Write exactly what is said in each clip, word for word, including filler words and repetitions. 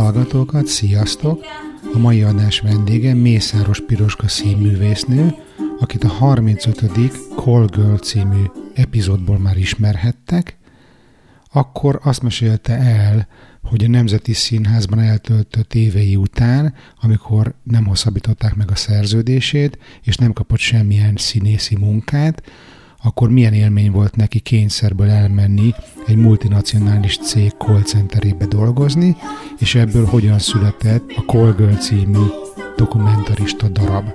hallgatókat, sziasztok! A mai adás vendége Mészáros Piroska színművésznő, akit a harmincötödik Call Girl című epizódból már ismerhettek. Akkor azt mesélte el, hogy a Nemzeti Színházban eltöltött évei után, amikor nem hosszabbították meg a szerződését, és nem kapott semmilyen színészi munkát, akkor milyen élmény volt neki kényszerből elmenni egy multinacionális cég call centerébe dolgozni, és ebből hogyan született a Call Girl című dokumentarista darab.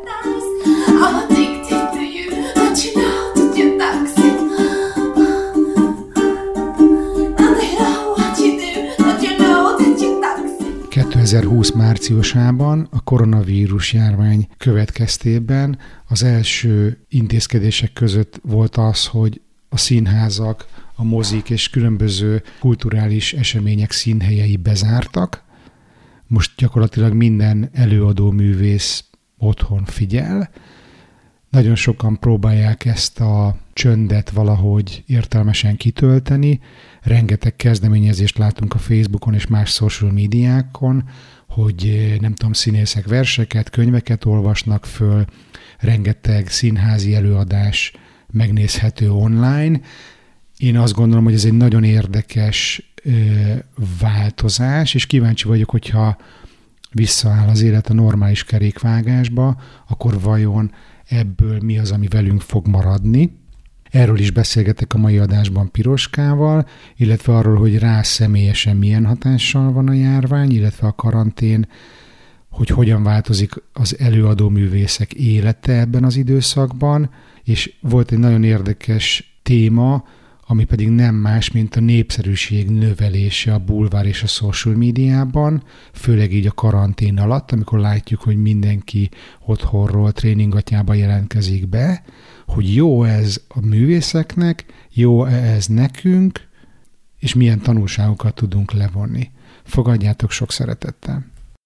kétezer-húsz márciusában a koronavírus járvány következtében az első intézkedések között volt az, hogy a színházak, a mozik és különböző kulturális események színhelyei bezártak. Most gyakorlatilag minden előadó művész otthon figyel. Nagyon sokan próbálják ezt a csöndet valahogy értelmesen kitölteni. Rengeteg kezdeményezést látunk a Facebookon és más social médiákon, hogy nem tudom, színészek verseket, könyveket olvasnak föl, rengeteg színházi előadás megnézhető online. Én azt gondolom, hogy ez egy nagyon érdekes ö, változás, és kíváncsi vagyok, hogyha visszaáll az élet a normális kerékvágásba, akkor vajon ebből mi az, ami velünk fog maradni. Erről is beszélgetek a mai adásban Piroskával, illetve arról, hogy rá személyesen milyen hatással van a járvány, illetve a karantén, hogy hogyan változik az előadó művészek élete ebben az időszakban, és volt egy nagyon érdekes téma, ami pedig nem más, mint a népszerűség növelése a bulvár és a social médiában, főleg így a karantén alatt, amikor látjuk, hogy mindenki otthonról tréningatjába jelentkezik be, hogy jó ez a művészeknek, jó ez nekünk, és milyen tanulságokat tudunk levonni. Fogadjátok sok szeretettel!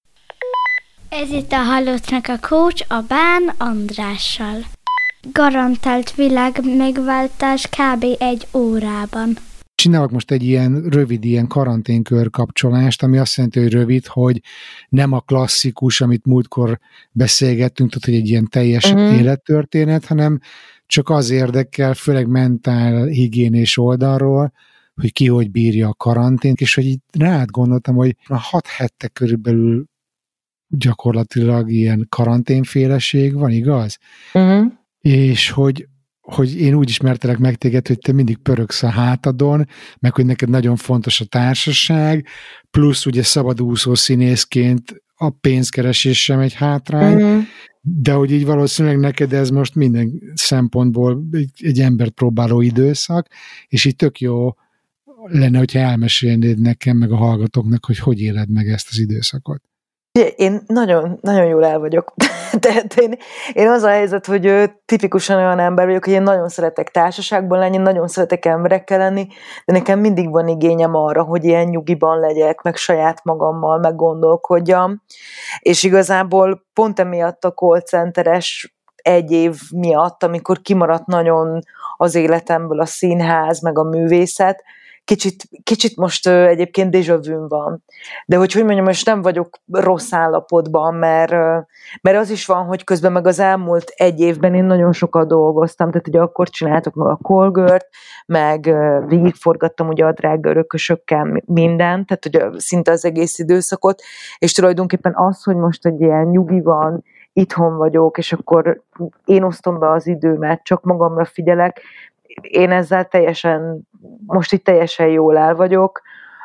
Ez itt a Halottnak a coach a Bán Andrással. Garantált világ megváltás kb. Egy órában. Csinálok most egy ilyen rövid, ilyen karanténkör kapcsolást, ami azt jelenti, hogy rövid, hogy nem a klasszikus, amit múltkor beszélgettünk, tehát hogy egy ilyen teljes uh-huh. élettörténet, hanem csak az érdekel, főleg mentál higiénés oldalról, hogy ki hogy bírja a karantént, és hogy így rád gondoltam, hogy a hat hete körülbelül gyakorlatilag ilyen karanténféleség van, igaz? Uh-huh. És hogy, hogy én úgy ismertelek meg téged, hogy te mindig pörögsz a hátadon, meg hogy neked nagyon fontos a társaság, plusz ugye szabadúszó színészként a pénzkeresés sem egy hátrány, uh-huh. de hogy így valószínűleg neked ez most minden szempontból egy, egy embert próbáló időszak, és így tök jó lenne, hogyha elmesélnéd nekem, meg a hallgatóknak, hogy hogy éled meg ezt az időszakot. Én nagyon, nagyon jól el vagyok. Tehát én, én az a helyzet, hogy tipikusan olyan ember vagyok, hogy én nagyon szeretek társaságban lenni, nagyon szeretek emberekkel lenni, de nekem mindig van igényem arra, hogy ilyen nyugiban legyek, meg saját magammal meggondolkodjam. És igazából pont emiatt a call centeres egy év miatt, amikor kimaradt nagyon az életemből a színház, meg a művészet, Kicsit, kicsit most uh, egyébként déjà vu van. De hogy hogy mondjam, most nem vagyok rossz állapotban, mert, uh, mert az is van, hogy közben meg az elmúlt egy évben én nagyon sokat dolgoztam, tehát ugye akkor csináltuk meg a Call Girl-t, meg uh, végigforgattam ugye a drága örökösökkel mindent, tehát ugye szinte az egész időszakot, és tulajdonképpen az, hogy most egy ilyen nyugi van, itthon vagyok, és akkor én osztom be az időmet, csak magamra figyelek, én ezzel teljesen, most itt teljesen jól el vagyok,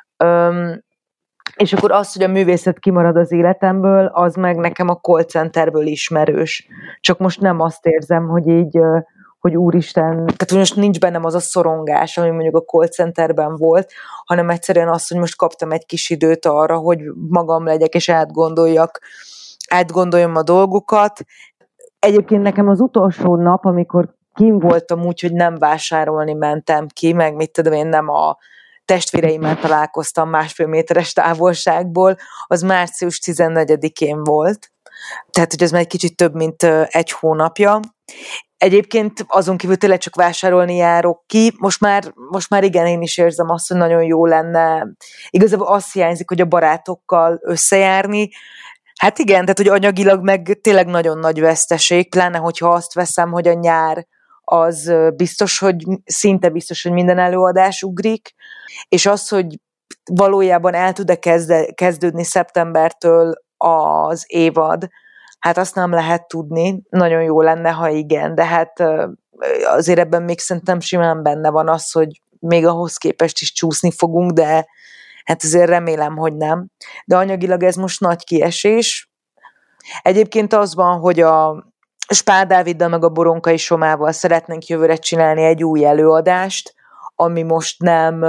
Öm, és akkor az, hogy a művészet kimarad az életemből, az meg nekem a call centerből ismerős. Csak most nem azt érzem, hogy így, hogy úristen, tehát most nincs bennem az a szorongás, ami mondjuk a call centerben volt, hanem egyszerűen az, hogy most kaptam egy kis időt arra, hogy magam legyek, és átgondoljak, átgondoljam a dolgokat. Egyébként nekem az utolsó nap, amikor kim voltam úgy, hogy nem vásárolni mentem ki, meg mit tudom én, nem a testvéreimmel találkoztam másfél méteres távolságból, az március tizennegyedikén volt. Tehát, hogy ez már egy kicsit több, mint egy hónapja. Egyébként azon kívül tényleg csak vásárolni járok ki. Most már, most már igen, én is érzem azt, hogy nagyon jó lenne. Igazából azt hiányzik, hogy a barátokkal összejárni. Hát igen, tehát hogy anyagilag meg tényleg nagyon nagy veszteség, pláne hogyha azt veszem, hogy a nyár az biztos, hogy szinte biztos, hogy minden előadás ugrik, és az, hogy valójában el tud-e kezde, kezdődni szeptembertől az évad, hát azt nem lehet tudni, nagyon jó lenne, ha igen, de hát azért ebben még szerintem simán benne van az, hogy még ahhoz képest is csúszni fogunk, de hát azért remélem, hogy nem. De anyagilag ez most nagy kiesés. Egyébként az van, hogy a Spál Dáviddal meg a Boronkai Somával szeretnénk jövőre csinálni egy új előadást, ami most nem,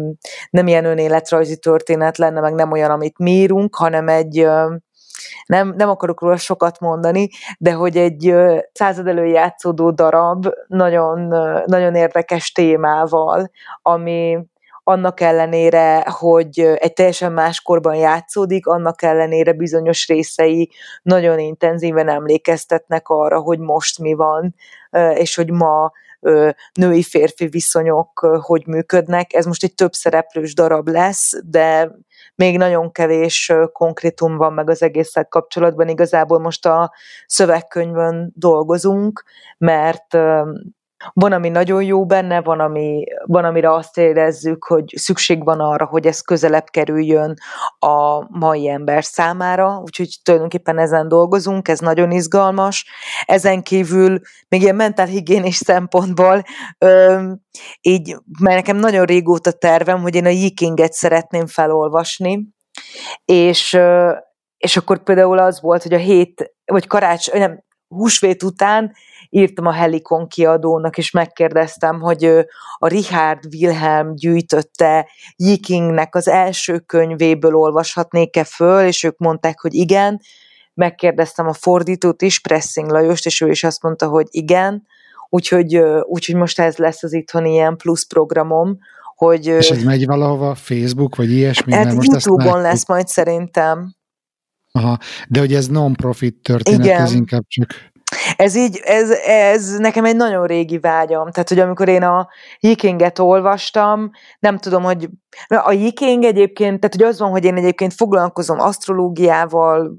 nem ilyen önéletrajzi történet lenne, meg nem olyan, amit mi írunk, hanem egy, nem, nem akarok róla sokat mondani, de hogy egy század elől játszódó darab nagyon, nagyon érdekes témával, ami annak ellenére, hogy egy teljesen más korban játszódik, annak ellenére bizonyos részei nagyon intenzíven emlékeztetnek arra, hogy most mi van, és hogy ma női-férfi viszonyok hogy működnek. Ez most egy több szereplős darab lesz, de még nagyon kevés konkrétum van meg az egésszel kapcsolatban. Igazából most a szövegkönyvön dolgozunk, mert van, ami nagyon jó benne, van, ami, van, amire azt érezzük, hogy szükség van arra, hogy ez közelebb kerüljön a mai ember számára, úgyhogy tulajdonképpen ezen dolgozunk, ez nagyon izgalmas. Ezen kívül még ilyen mentálhigiénés szempontból ö, így, mert nekem nagyon régóta tervem, hogy én a Yikinget szeretném felolvasni, és, ö, és akkor például az volt, hogy a hét, vagy karácsony, nem, húsvét után írtam a Helikon kiadónak, és megkérdeztem, hogy a Richard Wilhelm gyűjtötte Yikingnek az első könyvéből olvashatnék-e föl, és ők mondták, hogy igen. Megkérdeztem a fordítót is, Pressing Lajost, és ő is azt mondta, hogy igen. Úgyhogy, úgyhogy most ez lesz az itthoni ilyen plusz programom, hogy... És ez megy valahova, Facebook, vagy ilyesmi? Hát most YouTube-on lesz majd szerintem. Aha, de hogy ez non-profit történet, igen. Ez inkább csak... Ez így, ez, ez nekem egy nagyon régi vágyam. Tehát, hogy amikor én a Yikinget olvastam, nem tudom, hogy a Yiking egyébként, tehát, hogy az van, hogy én egyébként foglalkozom asztrológiával,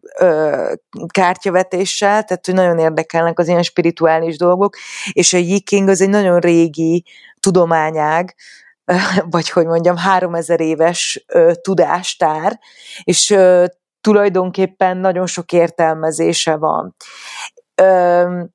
kártyavetéssel, tehát, hogy nagyon érdekelnek az ilyen spirituális dolgok, és a Yiking az egy nagyon régi tudományág, vagy hogy mondjam, háromezer éves tudástár, és tulajdonképpen nagyon sok értelmezése van. Öm,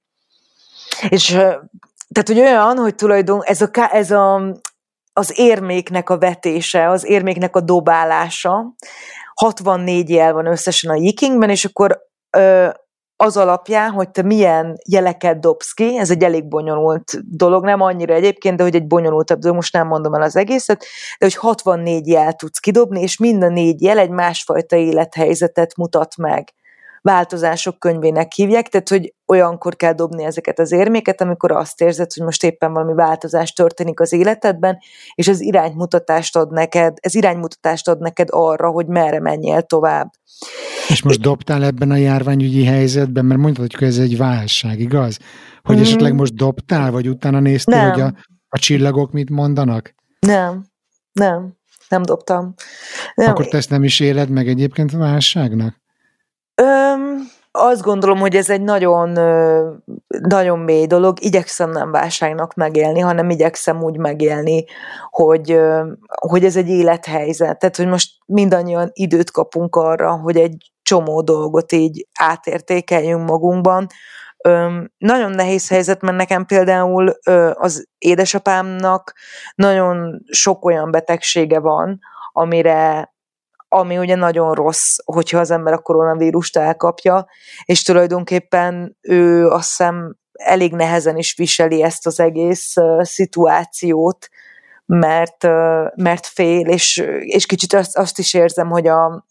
és tehát, hogy olyan, hogy tulajdon ez, a, ez a, az érméknek a vetése, az érméknek a dobálása, hatvannégy jel van összesen a Yikingben, és akkor ö, az alapján, hogy te milyen jeleket dobsz ki, ez egy elég bonyolult dolog, nem annyira egyébként, de hogy egy bonyolultabb dolog, most nem mondom el az egészet, de hogy hatvannégy jel tudsz kidobni, és mind a négy jel egy másfajta élethelyzetet mutat meg. Változások könyvének hívják, tehát hogy olyankor kell dobni ezeket az érméket, amikor azt érzed, hogy most éppen valami változás történik az életedben, és ez iránymutatást ad neked, ez iránymutatást ad neked arra, hogy merre menjél tovább. És most dobtál ebben a járványügyi helyzetben, mert mondtad, hogy ez egy válság, igaz? Hogy mm. esetleg most dobtál, vagy utána néztél, nem. hogy a, a csillagok mit mondanak? Nem, nem, nem dobtam. Nem. Akkor te ezt nem is éled meg egyébként a válságnak? Öm, azt gondolom, hogy ez egy nagyon, nagyon mély dolog. Igyekszem nem válságnak megélni, hanem igyekszem úgy megélni, hogy, hogy ez egy élethelyzet. Tehát, hogy most mindannyian időt kapunk arra, hogy egy csomó dolgot így átértékeljünk magunkban. Öm, nagyon nehéz helyzet, mert nekem például ö, az édesapámnak nagyon sok olyan betegsége van, amire ami ugye nagyon rossz, hogyha az ember a koronavírust elkapja, és tulajdonképpen ő azt hiszem elég nehezen is viseli ezt az egész uh, szituációt, mert, uh, mert fél, és, és kicsit azt, azt is érzem, hogy a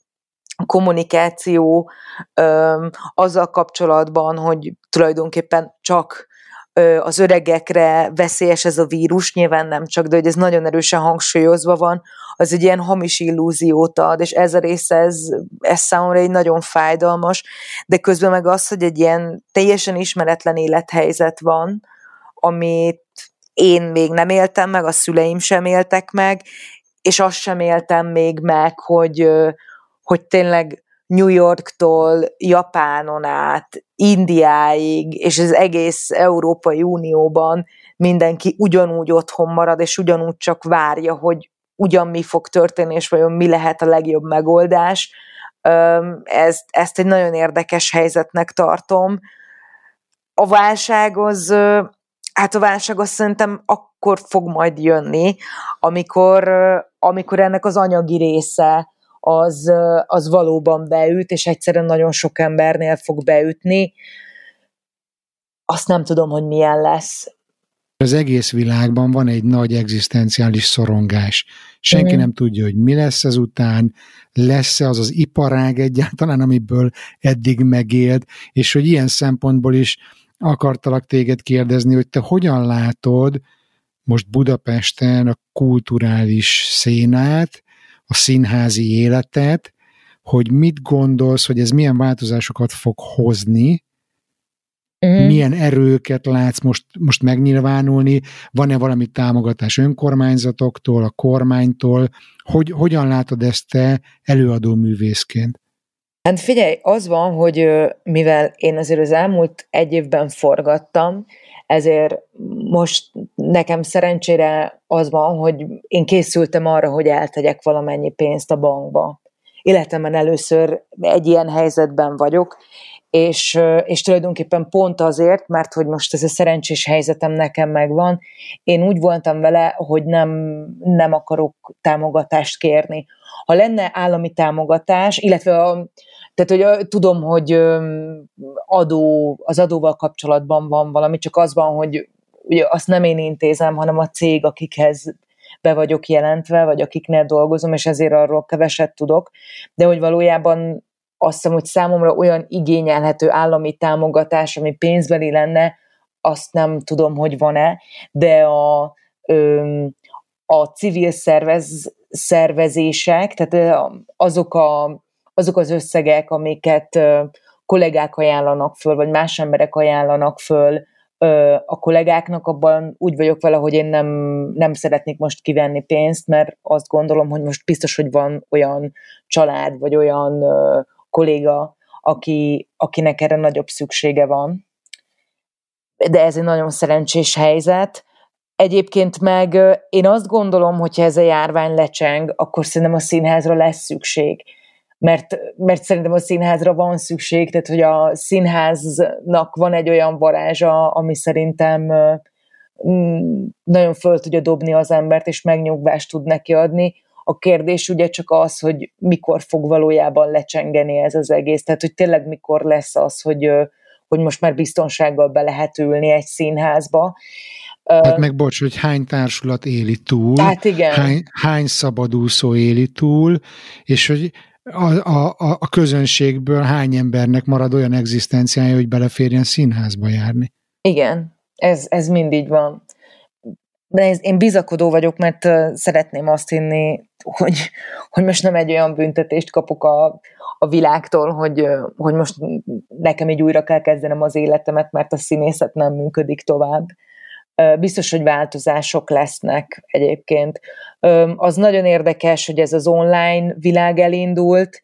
kommunikáció um, azzal kapcsolatban, hogy tulajdonképpen csak az öregekre veszélyes ez a vírus, nyilván nem csak, de hogy ez nagyon erősen hangsúlyozva van, az egy ilyen hamis illúziót ad, és ez a része, ez, ez számomra egy nagyon fájdalmas, de közben meg az, hogy egy ilyen teljesen ismeretlen élethelyzet van, amit én még nem éltem meg, a szüleim sem éltek meg, és azt sem éltem még meg, hogy, hogy tényleg New Yorktól Japánon át, Indiáig, és az egész Európai Unióban mindenki ugyanúgy otthon marad, és ugyanúgy csak várja, hogy ugyan mi fog történni, és vajon mi lehet a legjobb megoldás. Ezt, ezt egy nagyon érdekes helyzetnek tartom. A válság az, hát a válság az szerintem akkor fog majd jönni, amikor, amikor ennek az anyagi része az, az valóban beüt, és egyszerűen nagyon sok embernél fog beütni. Azt nem tudom, hogy milyen lesz. Az egész világban van egy nagy egzisztenciális szorongás. Senki mm. nem tudja, hogy mi lesz ezután, lesz-e az az iparág egyáltalán, amiből eddig megélt, és hogy ilyen szempontból is akartalak téged kérdezni, hogy te hogyan látod most Budapesten a kulturális szénát, a színházi életet, hogy mit gondolsz, hogy ez milyen változásokat fog hozni, mm. milyen erőket látsz most, most megnyilvánulni, van-e valami támogatás önkormányzatoktól, a kormánytól, hogy, hogyan látod ezt te előadó művészként? Hát figyelj, az van, hogy mivel én azért az elmúlt egy évben forgattam, ezért most nekem szerencsére az van, hogy én készültem arra, hogy eltegyek valamennyi pénzt a bankba. Életemben először egy ilyen helyzetben vagyok, és, és tulajdonképpen pont azért, mert hogy most ez a szerencsés helyzetem nekem megvan, én úgy voltam vele, hogy nem, nem akarok támogatást kérni. Ha lenne állami támogatás, illetve a, tehát, hogy tudom, hogy adó, az adóval kapcsolatban van valami, csak az van, hogy ugye azt nem én intézem, hanem a cég, akikhez be vagyok jelentve, vagy akiknél dolgozom, és ezért arról keveset tudok, de hogy valójában azt hiszem, hogy számomra olyan igényelhető állami támogatás, ami pénzbeli lenne, azt nem tudom, hogy van-e, de a, a civil szervez, szervezések, tehát azok a azok az összegek, amiket kollégák ajánlanak föl, vagy más emberek ajánlanak föl a kollégáknak, abban úgy vagyok vele, hogy én nem, nem szeretnék most kivenni pénzt, mert azt gondolom, hogy most biztos, hogy van olyan család, vagy olyan kolléga, aki, akinek erre nagyobb szüksége van. De ez egy nagyon szerencsés helyzet. Egyébként meg én azt gondolom, hogyha ez a járvány lecseng, akkor szerintem a színházra lesz szükség. Mert, mert szerintem a színházra van szükség, tehát hogy a színháznak van egy olyan varázsa, ami szerintem nagyon föl tudja dobni az embert, és megnyugvást tud neki adni. A kérdés ugye csak az, hogy mikor fog valójában lecsengeni ez az egész, tehát hogy tényleg mikor lesz az, hogy, hogy most már biztonsággal be lehet ülni egy színházba. Hát meg bocs, hogy hány társulat éli túl, hát igen. Hány, hány szabadúszó éli túl, és hogy A, a, a közönségből hány embernek marad olyan egzisztenciája, hogy beleférjen színházba járni. Igen, ez, ez mindig van. De ez, én bizakodó vagyok, mert uh, szeretném azt hinni, hogy, hogy most nem egy olyan büntetést kapok a, a világtól, hogy, uh, hogy most nekem így újra kell kezdenem az életemet, mert a színészet nem működik tovább. Biztos, hogy változások lesznek egyébként. Az nagyon érdekes, hogy ez az online világ elindult.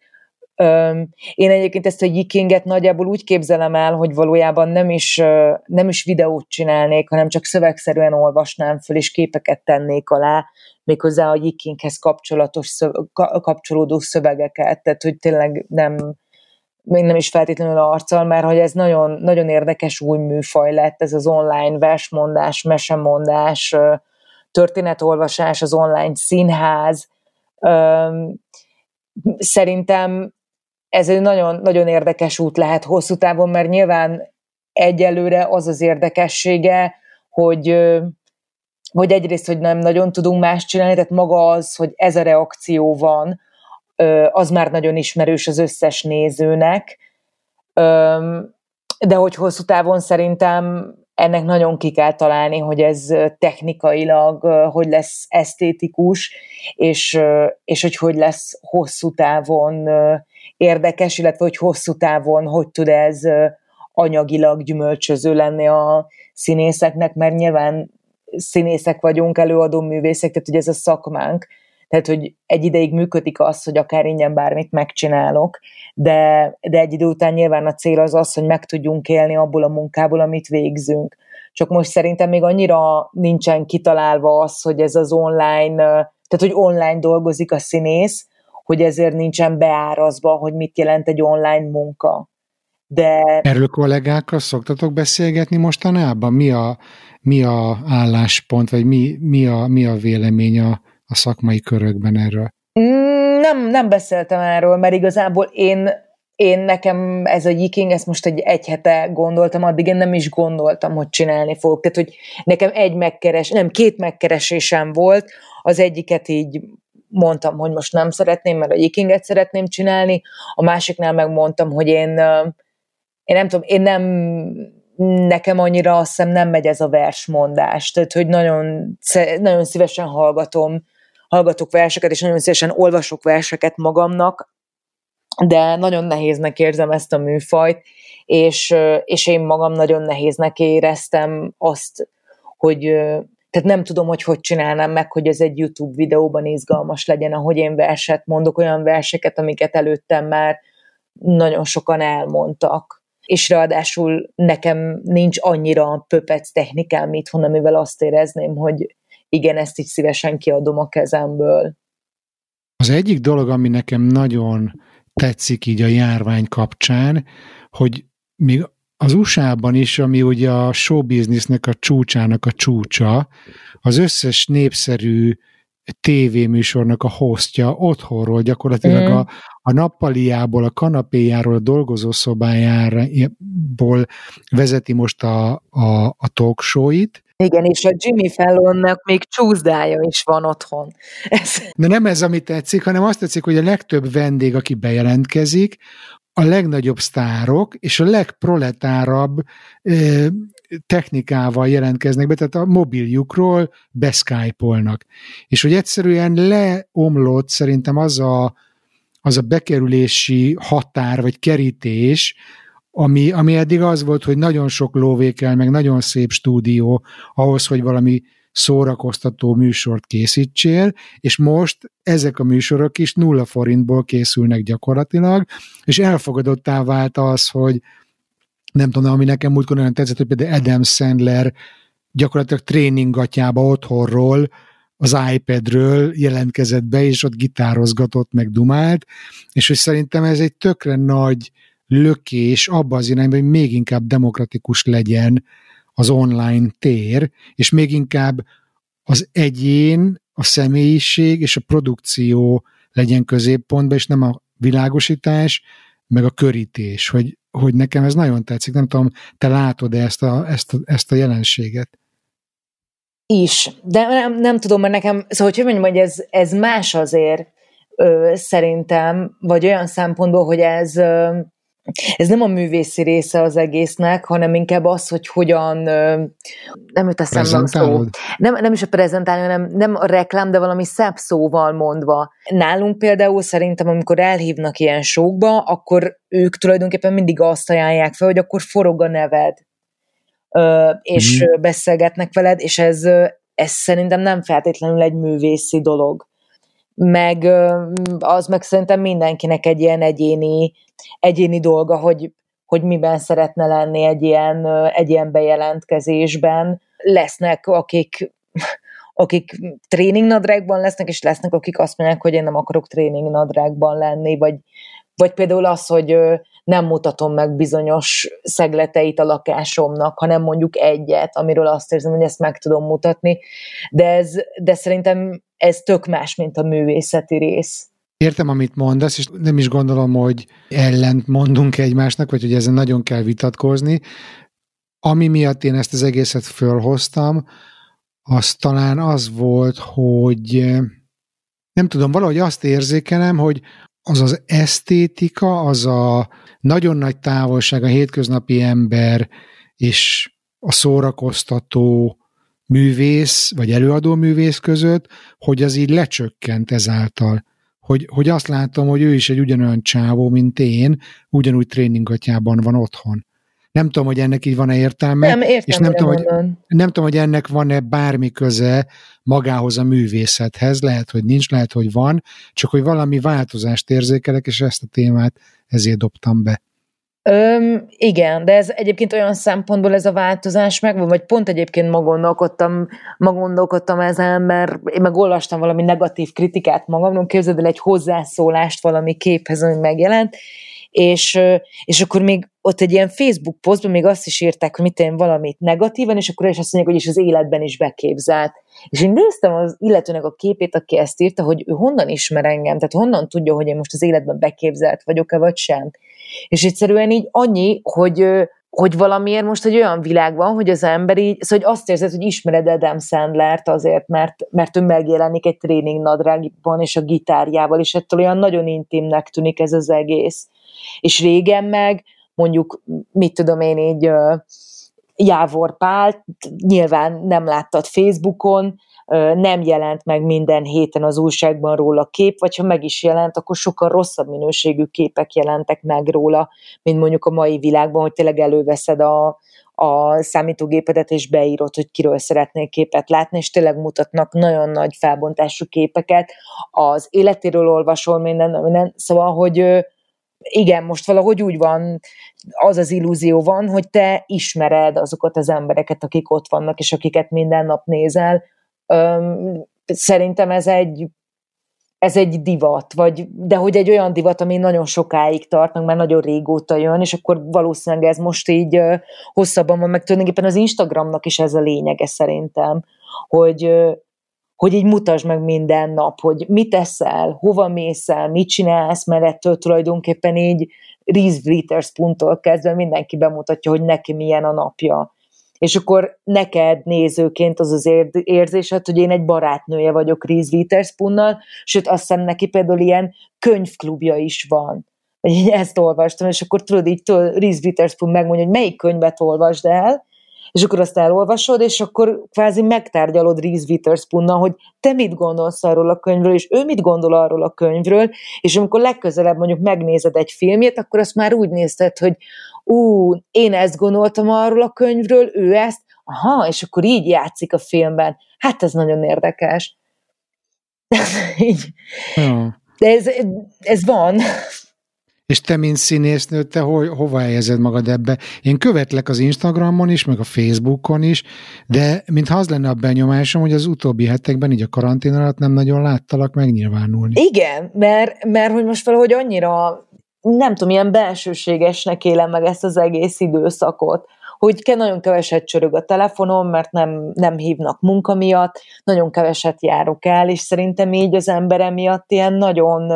Én egyébként ezt a Yikinget nagyjából úgy képzelem el, hogy valójában nem is, nem is videót csinálnék, hanem csak szövegszerűen olvasnám föl, és képeket tennék alá, méghozzá a Yikinghez kapcsolatos, kapcsolódó szövegeket. Tehát, hogy tényleg nem... még nem is feltétlenül arccal, mert hogy ez nagyon, nagyon érdekes új műfaj lett, ez az online versmondás, mesemondás, történetolvasás, az online színház. Szerintem ez egy nagyon, nagyon érdekes út lehet hosszú távon, mert nyilván egyelőre az az érdekessége, hogy, hogy egyrészt, hogy nem nagyon tudunk más csinálni, tehát maga az, hogy ez a reakció van, az már nagyon ismerős az összes nézőnek, de hogy hosszú távon szerintem ennek nagyon ki kell találni, hogy ez technikailag hogy lesz esztétikus, és, és hogy hogy lesz hosszú távon érdekes, illetve hogy hosszú távon hogy tud ez anyagilag gyümölcsöző lenni a színészeknek, mert nyilván színészek vagyunk, előadó művészek, tehát hogy ez a szakmánk, tehát hogy egy ideig működik az, hogy akár ingyen bármit megcsinálok, de, de egy idő után nyilván a cél az az, hogy meg tudjunk élni abból a munkából, amit végzünk. Csak most szerintem még annyira nincsen kitalálva az, hogy ez az online, tehát hogy online dolgozik a színész, hogy ezért nincsen beárazva, hogy mit jelent egy online munka. De... Erről kollégákkal szoktatok beszélgetni mostanában? Mi a, mi a álláspont, vagy mi, mi, a, mi a vélemény a, a szakmai körökben erről? Nem, nem beszéltem erről, mert igazából én, én nekem ez a Yiking, ezt most egy, egy hete gondoltam, addig én nem is gondoltam, hogy csinálni fogok. Tehát, hogy nekem egy megkeres, nem, két megkeresésem volt, az egyiket így mondtam, hogy most nem szeretném, mert a Yikinget szeretném csinálni, a másiknál megmondtam, hogy én, én nem tudom, én nem, nekem annyira azt hiszem nem megy ez a versmondás, tehát, hogy nagyon, nagyon szívesen hallgatom, hallgatok verseket, és nagyon szívesen olvasok verseket magamnak, de nagyon nehéznek érzem ezt a műfajt, és, és én magam nagyon nehéznek éreztem azt, hogy tehát nem tudom, hogy hogy csinálnám meg, hogy ez egy YouTube videóban izgalmas legyen, ahogy én verset mondok, olyan verseket, amiket előttem már nagyon sokan elmondtak. És ráadásul nekem nincs annyira pöpec technikám itthon, amivel azt érezném, hogy igen, ezt így szívesen kiadom a kezemből. Az egyik dolog, ami nekem nagyon tetszik így a járvány kapcsán, hogy még az u es á-ban is, ami ugye a showbiznisznek a csúcsának a csúcsa, az összes népszerű tévéműsornak a hostja otthonról gyakorlatilag mm. a, a nappaliából, a kanapéjáról, a dolgozószobájából vezeti most a, a, a talk show-it. Igen, és a Jimmy Fallonnak még csúszdája is van otthon. Ez... De nem ez, ami tetszik, hanem azt tetszik, hogy a legtöbb vendég, aki bejelentkezik, a legnagyobb sztárok és a legproletárabb eh, technikával jelentkeznek be, tehát a mobiljukról beszkájpolnak. És hogy egyszerűen leomlott szerintem az a, az a bekerülési határ, vagy kerítés, ami, ami eddig az volt, hogy nagyon sok lóvé kell, meg nagyon szép stúdió ahhoz, hogy valami szórakoztató műsort készítsél, és most ezek a műsorok is nulla forintból készülnek gyakorlatilag, és elfogadottá vált az, hogy nem tudom, ami nekem múltkor nagyon tetszett, hogy például Adam Sandler gyakorlatilag tréningatjába otthonról az iPadről jelentkezett be, és ott gitározgatott, meg dumált, és hogy szerintem ez egy tökre nagy lökés abba az irányba, hogy még inkább demokratikus legyen az online tér, és még inkább az egyén, a személyiség és a produkció legyen középpontban, és nem a világosítás, meg a körítés, hogy, hogy nekem ez nagyon tetszik. Nem tudom, te látod-e ezt a, ezt a, ezt a jelenséget? Is, de nem, nem tudom, mert nekem, szóval hogy mondjam, hogy ez, ez más azért ö, szerintem, vagy olyan szempontból, hogy ez ö, ez nem a művészi része az egésznek, hanem inkább az, hogy hogyan, nem jut eszembe a szó. Nem, nem is a prezentálni, hanem nem a reklám, de valami szebb szóval mondva. Nálunk például szerintem, amikor elhívnak ilyen showkba, akkor ők tulajdonképpen mindig azt ajánlják fel, hogy akkor forog a neved, és mm-hmm. beszélgetnek veled, és ez, ez szerintem nem feltétlenül egy művészi dolog. Meg az meg szerintem mindenkinek egy ilyen egyéni egyéni dolga, hogy, hogy miben szeretne lenni egy ilyen, egy ilyen bejelentkezésben. Lesznek, akik, akik tréningnadrágban lesznek, és lesznek, akik azt mondják, hogy én nem akarok tréningnadrágban lenni, vagy, vagy például az, hogy nem mutatom meg bizonyos szegleteit a lakásomnak, hanem mondjuk egyet, amiről azt érzem, hogy ezt meg tudom mutatni, de, ez, de szerintem ez tök más, mint a művészeti rész. Értem, amit mondasz, és nem is gondolom, hogy ellent mondunk egymásnak, vagy hogy ezen nagyon kell vitatkozni. Ami miatt én ezt az egészet fölhoztam, az talán az volt, hogy nem tudom, valahogy azt érzékelem, hogy az az esztétika, az a nagyon nagy távolság a hétköznapi ember és a szórakoztató művész, vagy előadó művész között, hogy az így lecsökkent ezáltal. Hogy, hogy azt látom, hogy ő is egy ugyanolyan csávó, mint én, ugyanúgy tréningatjában van otthon. Nem tudom, hogy ennek így van-e értelme, nem, értem, és nem tudom, hogy, nem tudom, hogy ennek van-e bármi köze magához a művészethez, lehet, hogy nincs, lehet, hogy van, csak hogy valami változást érzékelek, és ezt a témát ezért dobtam be. Öm, igen, de ez egyébként olyan szempontból ez a változás megvan, vagy pont egyébként ma gondolkodtam, ma gondolkodtam ezen, mert én meg olvastam valami negatív kritikát magamról, képzeld el egy hozzászólást valami képhez, ami megjelent, és, és akkor még ott egy ilyen Facebook posztban még azt is írták, hogy mit én valamit negatívan, és akkor is azt mondják, hogy is az életben is beképzelt. És én néztem az illetőnek a képét, aki ezt írta, hogy ő honnan ismer engem, tehát honnan tudja, hogy én most az életben beképzelt vagyok-e, vagy sem. És egyszerűen így annyi, hogy, hogy valamiért most egy olyan világ van, hogy az ember így, szóval hogy azt érzed, hogy ismered Adam Sandlert azért, mert, mert ő megjelenik egy tréning nadrágban és a gitárjával, és ettől olyan nagyon intimnek tűnik ez az egész. És régen meg, mondjuk, mit tudom én így, Jávor Pál, nyilván nem láttad Facebookon, nem jelent meg minden héten az újságban róla kép, vagy ha meg is jelent, akkor sokkal rosszabb minőségű képek jelentek meg róla, mint mondjuk a mai világban, hogy tényleg előveszed a, a számítógépedet, és beírod, hogy kiről szeretnél képet látni, és tényleg mutatnak nagyon nagy felbontású képeket, az életéről olvasol minden, minden. Szóval, hogy igen, most valahogy úgy van, az az illúzió van, hogy te ismered azokat az embereket, akik ott vannak, és akiket minden nap nézel. Öm, szerintem ez egy, ez egy divat, vagy, de hogy egy olyan divat, ami nagyon sokáig tart, mert nagyon régóta jön, és akkor valószínűleg ez most így uh, hosszabban van, meg tulajdonképpen az Instagramnak is ez a lényege szerintem, hogy, uh, hogy így mutasd meg minden nap, hogy mit eszel, hova mész el, mit csinálsz, mert ettől tulajdonképpen így Reese Witherspoon-tól kezdve mindenki bemutatja, hogy neki milyen a napja. És akkor neked nézőként az az érzésed, hogy én egy barátnője vagyok Reese Witherspoonnal, sőt azt hiszem neki például ilyen könyvklubja is van. Én ezt olvastam, és akkor tudod így Reese Witherspoon megmondja, hogy melyik könyvet olvasd el, és akkor azt elolvasod, és akkor kvázi megtárgyalod Reese Witherspoonnal, hogy te mit gondolsz arról a könyvről, és ő mit gondol arról a könyvről, és amikor legközelebb mondjuk megnézed egy filmjét, akkor azt már úgy nézted, hogy ú, én ezt gondoltam arról a könyvről, ő ezt, aha, és akkor így játszik a filmben. Hát ez nagyon érdekes. így. Ja. De ez, ez van. És te, mint színésznő, te ho- hova helyezed magad ebbe? Én követlek az Instagramon is, meg a Facebookon is, de mintha az lenne a benyomásom, hogy az utóbbi hetekben, így a karantén alatt nem nagyon láttalak megnyilvánulni. Igen, mert, mert hogy most valahogy annyira, nem tudom, ilyen belsőségesnek élem meg ezt az egész időszakot, hogy nagyon keveset csörög a telefonom, mert nem, nem hívnak munka miatt, nagyon keveset járok el, és szerintem így az ember miatt ilyen nagyon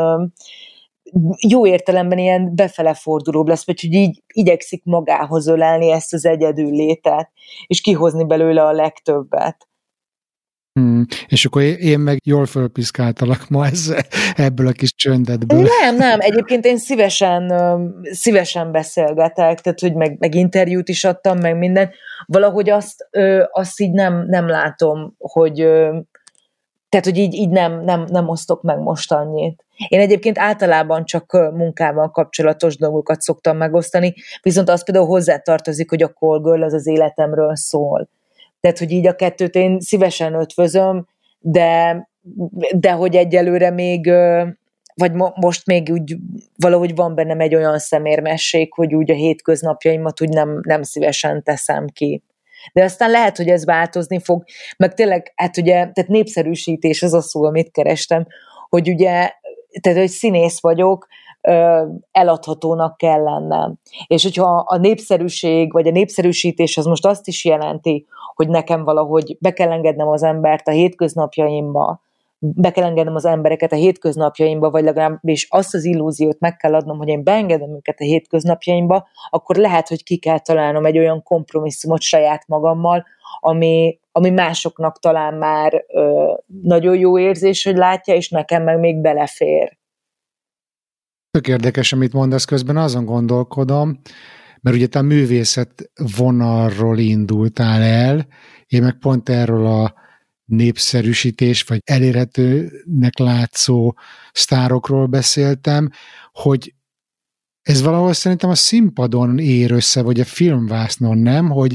jó értelemben ilyen befele fordulóbb lesz, vagy hogy így igyekszik magához ölelni ezt az egyedül létet, és kihozni belőle a legtöbbet. Hmm. És akkor én meg jól fölpiszkáltalak ma ezzel, ebből a kis csöndetből. Nem, nem, egyébként én szívesen, szívesen beszélgetek, tehát hogy meg, meg interjút is adtam, meg minden. Valahogy azt, azt így nem, nem látom, hogy tehát, hogy így, így nem, nem, nem osztok meg most annyit. Én egyébként általában csak munkával kapcsolatos dolgokat szoktam megosztani, viszont az például hozzátartozik, hogy a Call Girl az az életemről szól. Tehát, hogy így a kettőt én szívesen ötvözöm, de, de hogy egyelőre még, vagy mo- most még úgy valahogy van bennem egy olyan szemérmesség, hogy úgy a hétköznapjaimat úgy nem, nem szívesen teszem ki. De aztán lehet, hogy ez változni fog, meg tényleg, hát ugye, tehát népszerűsítés az a szó, amit kerestem, hogy ugye, tehát, hogy színész vagyok, eladhatónak kell lennem. És hogyha a népszerűség, vagy a népszerűsítés az most azt is jelenti, hogy nekem valahogy be kell engednem az embert a hétköznapjaimba, be kell engednem az embereket a hétköznapjaimba, vagy legalábbis azt az illúziót meg kell adnom, hogy én beengedem őket a hétköznapjaimba, akkor lehet, hogy ki kell találnom egy olyan kompromisszumot saját magammal, ami, ami másoknak talán már ö, nagyon jó érzés, hogy látja, és nekem meg még belefér. Tök érdekes, amit mondasz, közben azon gondolkodom, mert ugye te a művészet vonalról indultál el, én meg pont erről a népszerűsítés, vagy elérhetőnek látszó sztárokról beszéltem, hogy ez valahol szerintem a színpadon ér össze, vagy a filmvásznon, nem? Hogy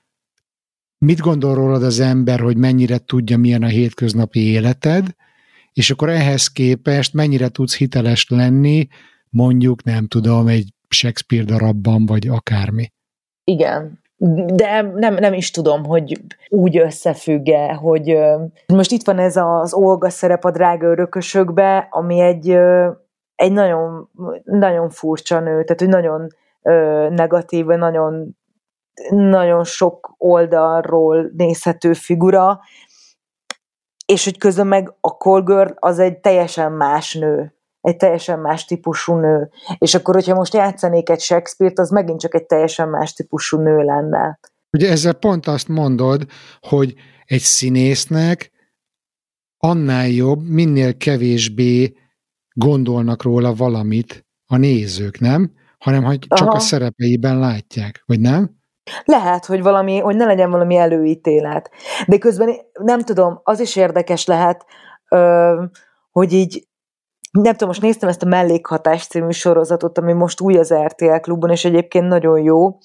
mit gondol rólad az ember, hogy mennyire tudja, milyen a hétköznapi életed, és akkor ehhez képest mennyire tudsz hiteles lenni, mondjuk, nem tudom, egy Shakespeare darabban, vagy akármi. Igen, de nem, nem is tudom, hogy úgy összefügg-e, hogy most itt van ez az Olga szerep a Drága örökösökbe, ami egy, egy nagyon, nagyon furcsa nő, tehát hogy nagyon negatív, nagyon, nagyon sok oldalról nézhető figura, és hogy közben meg a Call Girl az egy teljesen más nő, egy teljesen más típusú nő. És akkor, hogyha most játszanék egy Shakespeare-t, az megint csak egy teljesen más típusú nő lenne. Ugye ezzel pont azt mondod, hogy egy színésznek annál jobb, minél kevésbé gondolnak róla valamit a nézők, nem? Hanem, hogy csak Aha. a szerepeiben látják, vagy nem? Lehet, hogy valami, hogy ne legyen valami előítélet. De közben nem tudom, az is érdekes lehet, hogy így nem tudom, most néztem ezt a Mellékhatás című sorozatot, ami most új az er té el Klubon, és egyébként nagyon jó.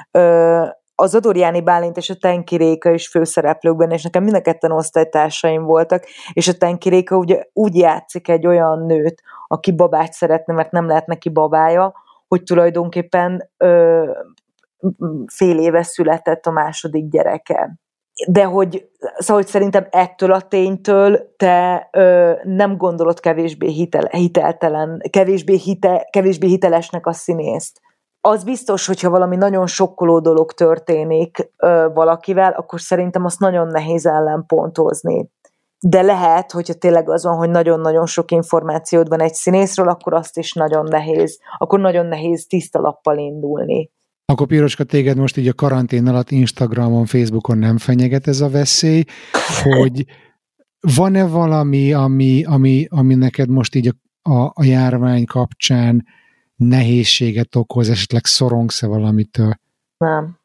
A Zadorjáni Bálint és a Tenki Réka is főszereplőkben, és nekem mind a ketten osztálytársaim voltak, és a Tenki Réka ugye úgy játszik egy olyan nőt, aki babát szeretne, mert nem lehet neki babája, hogy tulajdonképpen ö, fél éve született a második gyereke. De hogy, szóval, hogy szerintem ettől a ténytől te ö, nem gondolod kevésbé hitel, hiteltelen, kevésbé, hite, kevésbé hitelesnek a színészt. Az biztos, hogyha valami nagyon sokkoló dolog történik ö, valakivel, akkor szerintem azt nagyon nehéz ellenpontozni. De lehet, hogyha tényleg az van, hogy nagyon-nagyon sok információd van egy színészről, akkor azt is nagyon nehéz, akkor nagyon nehéz tiszta lappal indulni. Akkor Piroska, téged most így a karantén alatt Instagramon, Facebookon nem fenyeget ez a veszély, hogy van-e valami, ami, ami, ami neked most így a, a, a járvány kapcsán nehézséget okoz, esetleg szorongsz-e valamitől? Nem.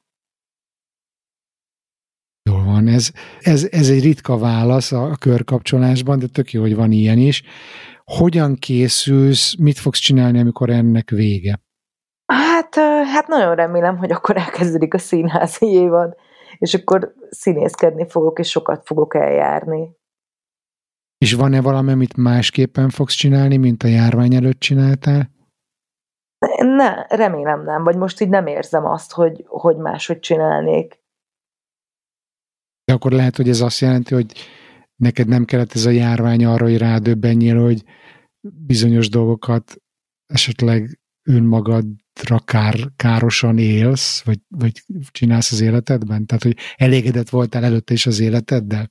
Jól van, ez, ez, ez egy ritka válasz a körkapcsolásban, de tök jó, hogy van ilyen is. Hogyan készülsz, mit fogsz csinálni, amikor ennek vége? Hát, hát nagyon remélem, hogy akkor elkezdődik a színházi évad, és akkor színészkedni fogok, és sokat fogok eljárni. És van-e valami, amit másképpen fogsz csinálni, mint a járvány előtt csináltál? Ne, remélem nem, vagy most így nem érzem azt, hogy, hogy máshogy csinálnék. De akkor lehet, hogy ez azt jelenti, hogy neked nem kellett ez a járvány arra, hogy rádöbbenjél, hogy bizonyos dolgokat esetleg önmagadra kár, károsan élsz, vagy, vagy csinálsz az életedben? Tehát, hogy elégedett voltál előtte is az életeddel?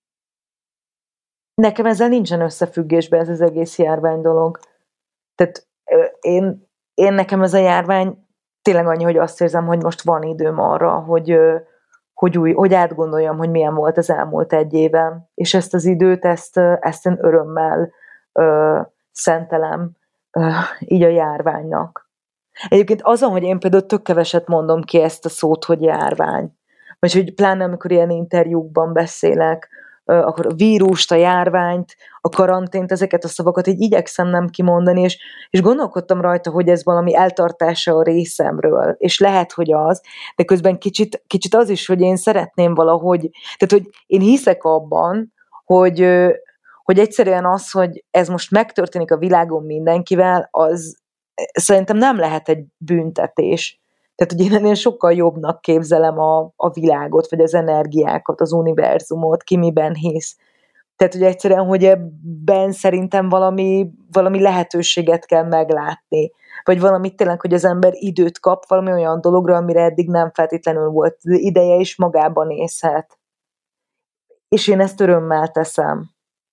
Nekem ezzel nincsen összefüggésben ez az egész járvány dolog. Tehát én, én nekem ez a járvány tényleg annyi, hogy azt érzem, hogy most van időm arra, hogy, hogy, új, hogy átgondoljam, hogy milyen volt az elmúlt egy éven. És ezt az időt, ezt, ezt én örömmel ö, szentelem ö, így a járványnak. Egyébként azon, hogy én például tök keveset mondom ki ezt a szót, hogy járvány. Vagy hogy pláne amikor ilyen interjúkban beszélek, akkor a vírust, a járványt, a karantént, ezeket a szavakat így igyekszem nem kimondani, és, és gondolkodtam rajta, hogy ez valami eltartása a részemről, és lehet, hogy az, de közben kicsit, kicsit az is, hogy én szeretném valahogy, tehát, hogy én hiszek abban, hogy, hogy egyszerűen az, hogy ez most megtörténik a világon mindenkivel, az szerintem nem lehet egy büntetés. Tehát, hogy én ennél sokkal jobbnak képzelem a, a világot, vagy az energiákat, az univerzumot, ki miben hisz. Tehát, hogy egyszerűen, hogy ebben szerintem valami, valami lehetőséget kell meglátni. Vagy valamit tényleg, hogy az ember időt kap valami olyan dologra, amire eddig nem feltétlenül volt ideje, és magában nézhet. És én ezt örömmel teszem.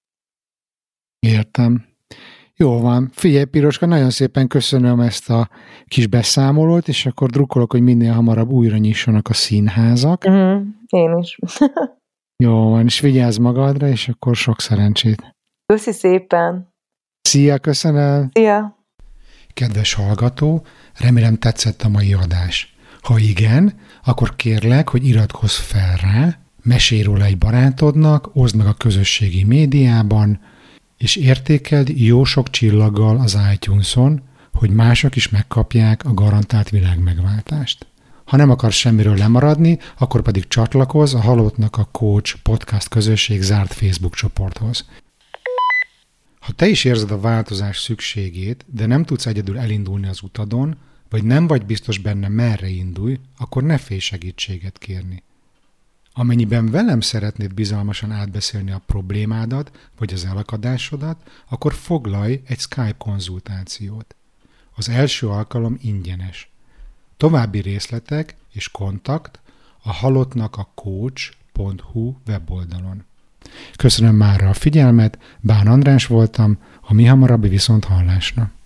Értem. Jó van. Figyelj, Piroska, nagyon szépen köszönöm ezt a kis beszámolót, és akkor drukkolok, hogy minél hamarabb újra nyissanak a színházak. Mm, én is. Jó van, és vigyázz magadra, és akkor sok szerencsét. Köszi szépen. Szia, köszönöm. Szia. Kedves hallgató, remélem tetszett a mai adás. Ha igen, akkor kérlek, hogy iratkozz fel rá, mesélj róla egy barátodnak, oszd meg a közösségi médiában, és értékeld jó sok csillaggal az iTunes-on, hogy mások is megkapják a garantált világmegváltást. Ha nem akarsz semmiről lemaradni, akkor pedig csatlakozz a Halottnak a Coach podcast közösség zárt Facebook csoporthoz. Ha te is érzed a változás szükségét, de nem tudsz egyedül elindulni az utadon, vagy nem vagy biztos benne, merre indulj, akkor ne félj segítséget kérni. Amennyiben velem szeretnéd bizalmasan átbeszélni a problémádat, vagy az elakadásodat, akkor foglalj egy Skype konzultációt. Az első alkalom ingyenes. További részletek és kontakt a halottnak a coach pont hu weboldalon. Köszönöm mára a figyelmet, Bán András voltam, a mi hamarabbi viszonthallásra.